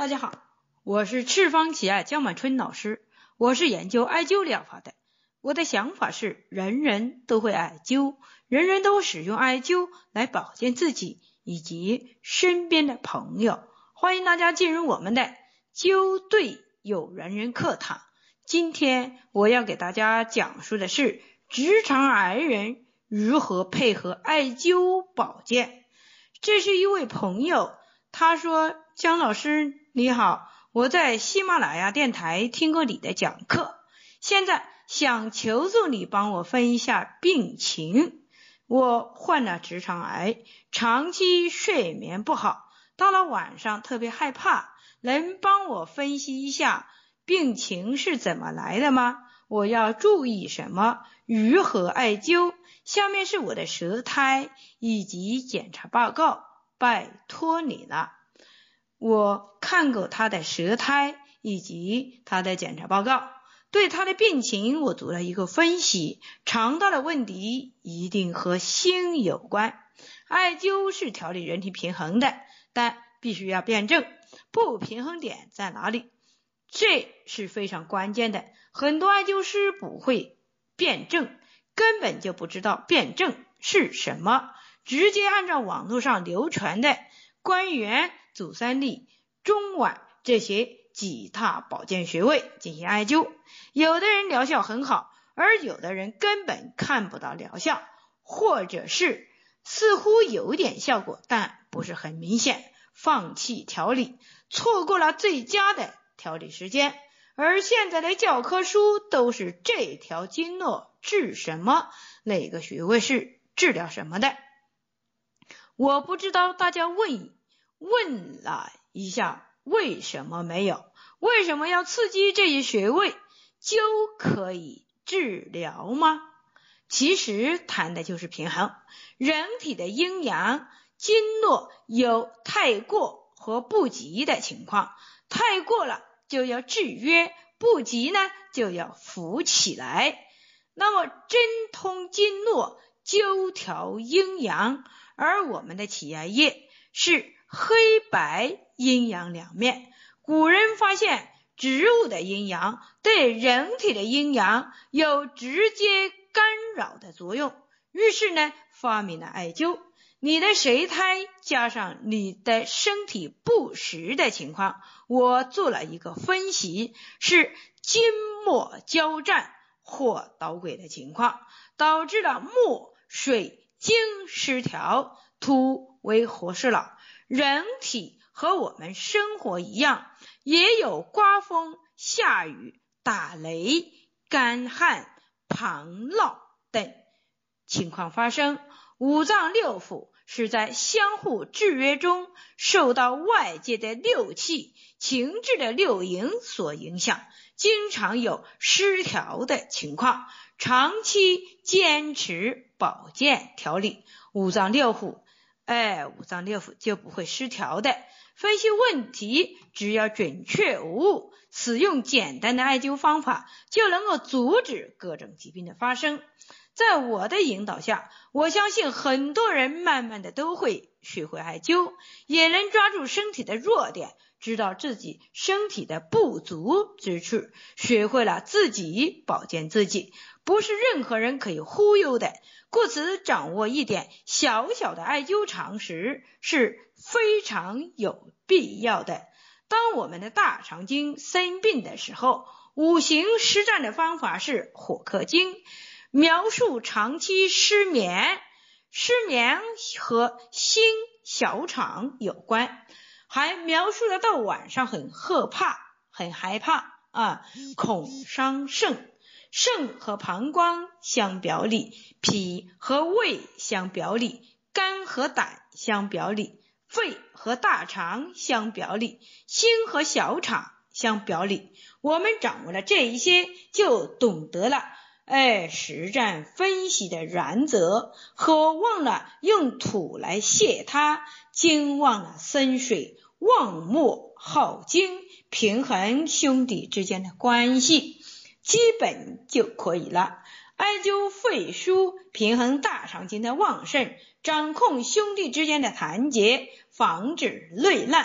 大家好，我是赤方奇艾江满春老师，我是研究艾灸疗法的。我的想法是，人人都会艾灸，人人都使用艾灸来保健自己以及身边的朋友。欢迎大家进入我们的灸对有缘人课堂。今天我要给大家讲述的是直肠癌人如何配合艾灸保健。这是一位朋友，他说：江老师你好，我在喜马拉雅电台听过你的讲课，现在想求助你帮我分一下病情。我患了直肠癌，长期睡眠不好，到了晚上特别害怕，能帮我分析一下病情是怎么来的吗？我要注意什么？如何艾灸？下面是我的舌苔以及检查报告，拜托你了。我看过他的舌苔以及他的检查报告，对他的病情我做了一个分析。肠道的问题一定和心有关。艾灸是调理人体平衡的，但必须要辩证，不平衡点在哪里？这是非常关键的。很多艾灸师不会辩证，根本就不知道辩证是什么，直接按照网络上流传的关元、足三里、中脘这些几大保健穴位进行艾灸。有的人疗效很好，而有的人根本看不到疗效，或者是似乎有点效果但不是很明显，放弃调理，错过了最佳的调理时间。而现在的教科书都是这条经络治什么，哪个穴位是治疗什么的。我不知道大家问了一下，为什么没有？为什么要刺激这些穴位？灸可以治疗吗？其实谈的就是平衡。人体的阴阳经络有太过和不及的情况，太过了就要制约，不及呢就要扶起来。那么针通经络，灸调阴阳，而我们的起艾叶是黑白阴阳两面。古人发现植物的阴阳对人体的阴阳有直接干扰的作用，于是呢发明了艾灸。你的舌苔加上你的身体不实的情况，我做了一个分析，是经脉交战或倒轨的情况，导致了脉水经失调，土为和事佬。人体和我们生活一样，也有刮风、下雨、打雷、干旱、旁涝等情况发生。五脏六腑是在相互制约中受到外界的六气、情志的六淫所影响，经常有失调的情况。长期坚持保健调理，五脏六腑就不会失调的。分析问题只要准确无误，使用简单的艾灸方法，就能够阻止各种疾病的发生。在我的引导下，我相信很多人慢慢的都会学会艾灸，也能抓住身体的弱点，知道自己身体的不足之处，学会了自己保健自己，不是任何人可以忽悠的。故此掌握一点小小的艾灸常识是非常有必要的。当我们的大肠经生病的时候，五行实战的方法是火克金，描述长期失眠和心小肠有关，还描述了到晚上很害怕恐伤肾。肾和膀胱相表里，脾和胃相表里，肝和胆相表里，肺和大肠相表里，心和小肠相表里。我们掌握了这一些，就懂得了实战分析的原则，和忘了用土来泄它，精忘了生水，忘脉耗精，平衡兄弟之间的关系，基本就可以了。艾灸肺腧，平衡大肠经的旺盛，掌控兄弟之间的团结，防止内乱。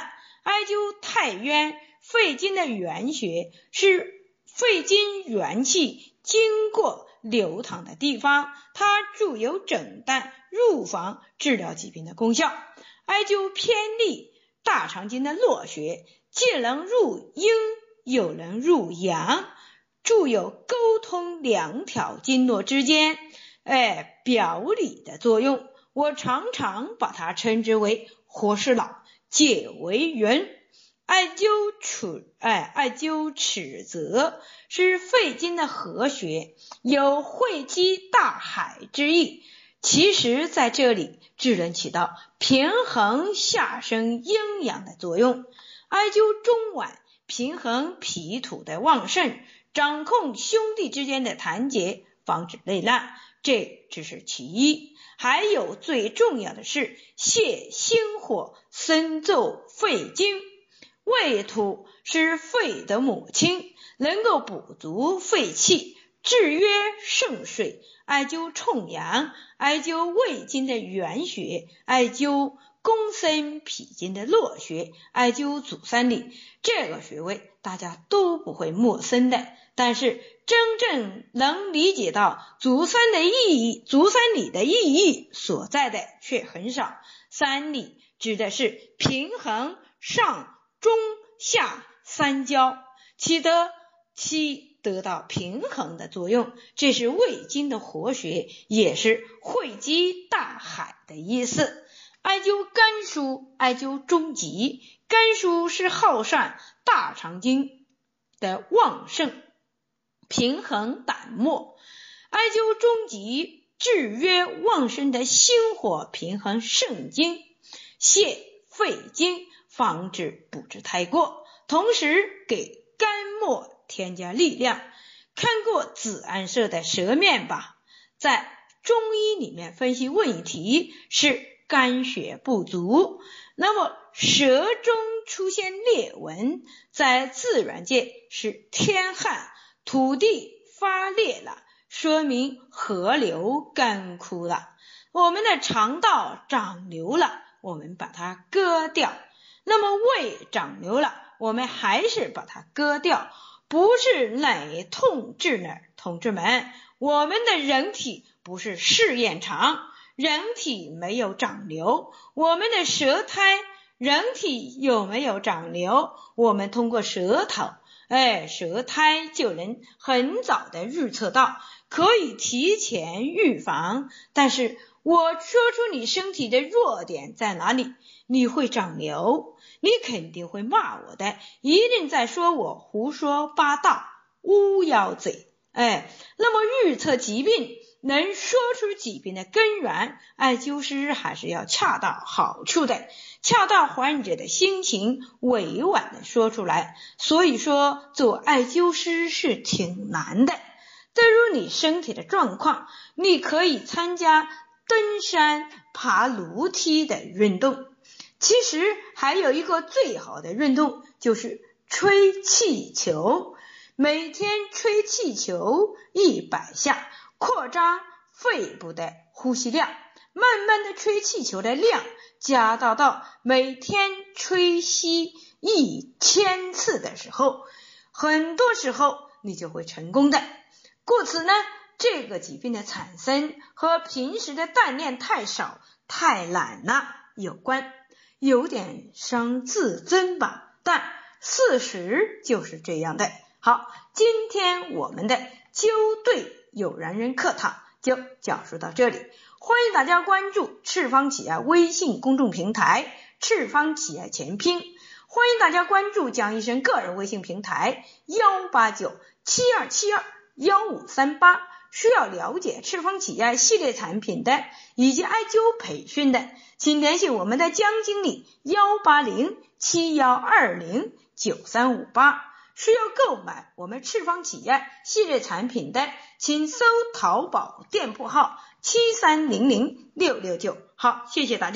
艾灸太渊肺经的原穴，是肺经元气经过流淌的地方，它具有诊断、预防、治疗疾病的功效。艾灸偏历大肠经的络穴，既能入阴又能入阳，具有沟通两条经络之间表里的作用。我常常把它称之为活是脑，解为元。艾灸尺泽是肺经的合穴，有汇集大海之意。其实在这里只能起到平衡下身阴阳的作用。艾灸中脘，平衡脾土的旺盛，掌控兄弟之间的团结，防止内乱，这只是其一。还有最重要的是泻心火，生奏肺经。胃土是肺的母亲，能够补足肺气，制约肾水。艾灸冲阳，艾灸胃经的原穴，艾灸公孙脾经的络穴，艾灸足三里，这个穴位大家都不会陌生的，但是真正能理解到足三里的意义所在的却很少。三里指的是平衡上中下三焦，得到平衡的作用，这是胃经的活穴，也是汇集大海的意思。艾灸肝腧，艾灸中极，肝腧是耗散大肠经的旺盛，平衡胆沫。艾灸中极，制约旺盛的心火，平衡肾经，泻肺经，防止补之太过，同时给肝末添加力量。看过子安社的舌面吧，在中医里面分析问题是肝血不足，那么舌中出现裂纹，在自然界是天旱，土地发裂了，说明河流干枯了。我们的肠道长瘤了，我们把它割掉，那么胃长瘤了，我们还是把它割掉。不是哪痛治哪，同志们，我们的人体不是试验场，人体没有长瘤。我们的舌苔，人体有没有长瘤？我们通过舌头舌苔就能很早的预测到，可以提前预防。但是我说出你身体的弱点在哪里，你会长瘤，你肯定会骂我的，一定在说我胡说八道，乌鸦嘴。那么预测疾病，能说出疾病的根源，艾灸师还是要恰到好处的，恰到患者的心情，委婉的说出来。所以说做艾灸师是挺难的。对于你身体的状况，你可以参加登山、爬楼梯的运动。其实还有一个最好的运动，就是吹气球。每天吹气球100下，扩张肺部的呼吸量，慢慢的吹气球的量加大到每天吹吸1000次的时候，很多时候你就会成功的。故此呢，这个疾病的产生和平时的锻炼太少、太懒了有关，有点伤自尊吧，但事实就是这样的。好，今天我们的灸对有缘人课堂就讲述到这里，欢迎大家关注赤方企业微信公众平台赤方企业全拼，欢迎大家关注江医生个人微信平台18972721538，需要了解赤方企业系列产品的以及艾灸培训的，请联系我们的江经理18071209358。需要购买我们赤方企业系列产品的，请搜淘宝店铺号73006669。好，谢谢大家。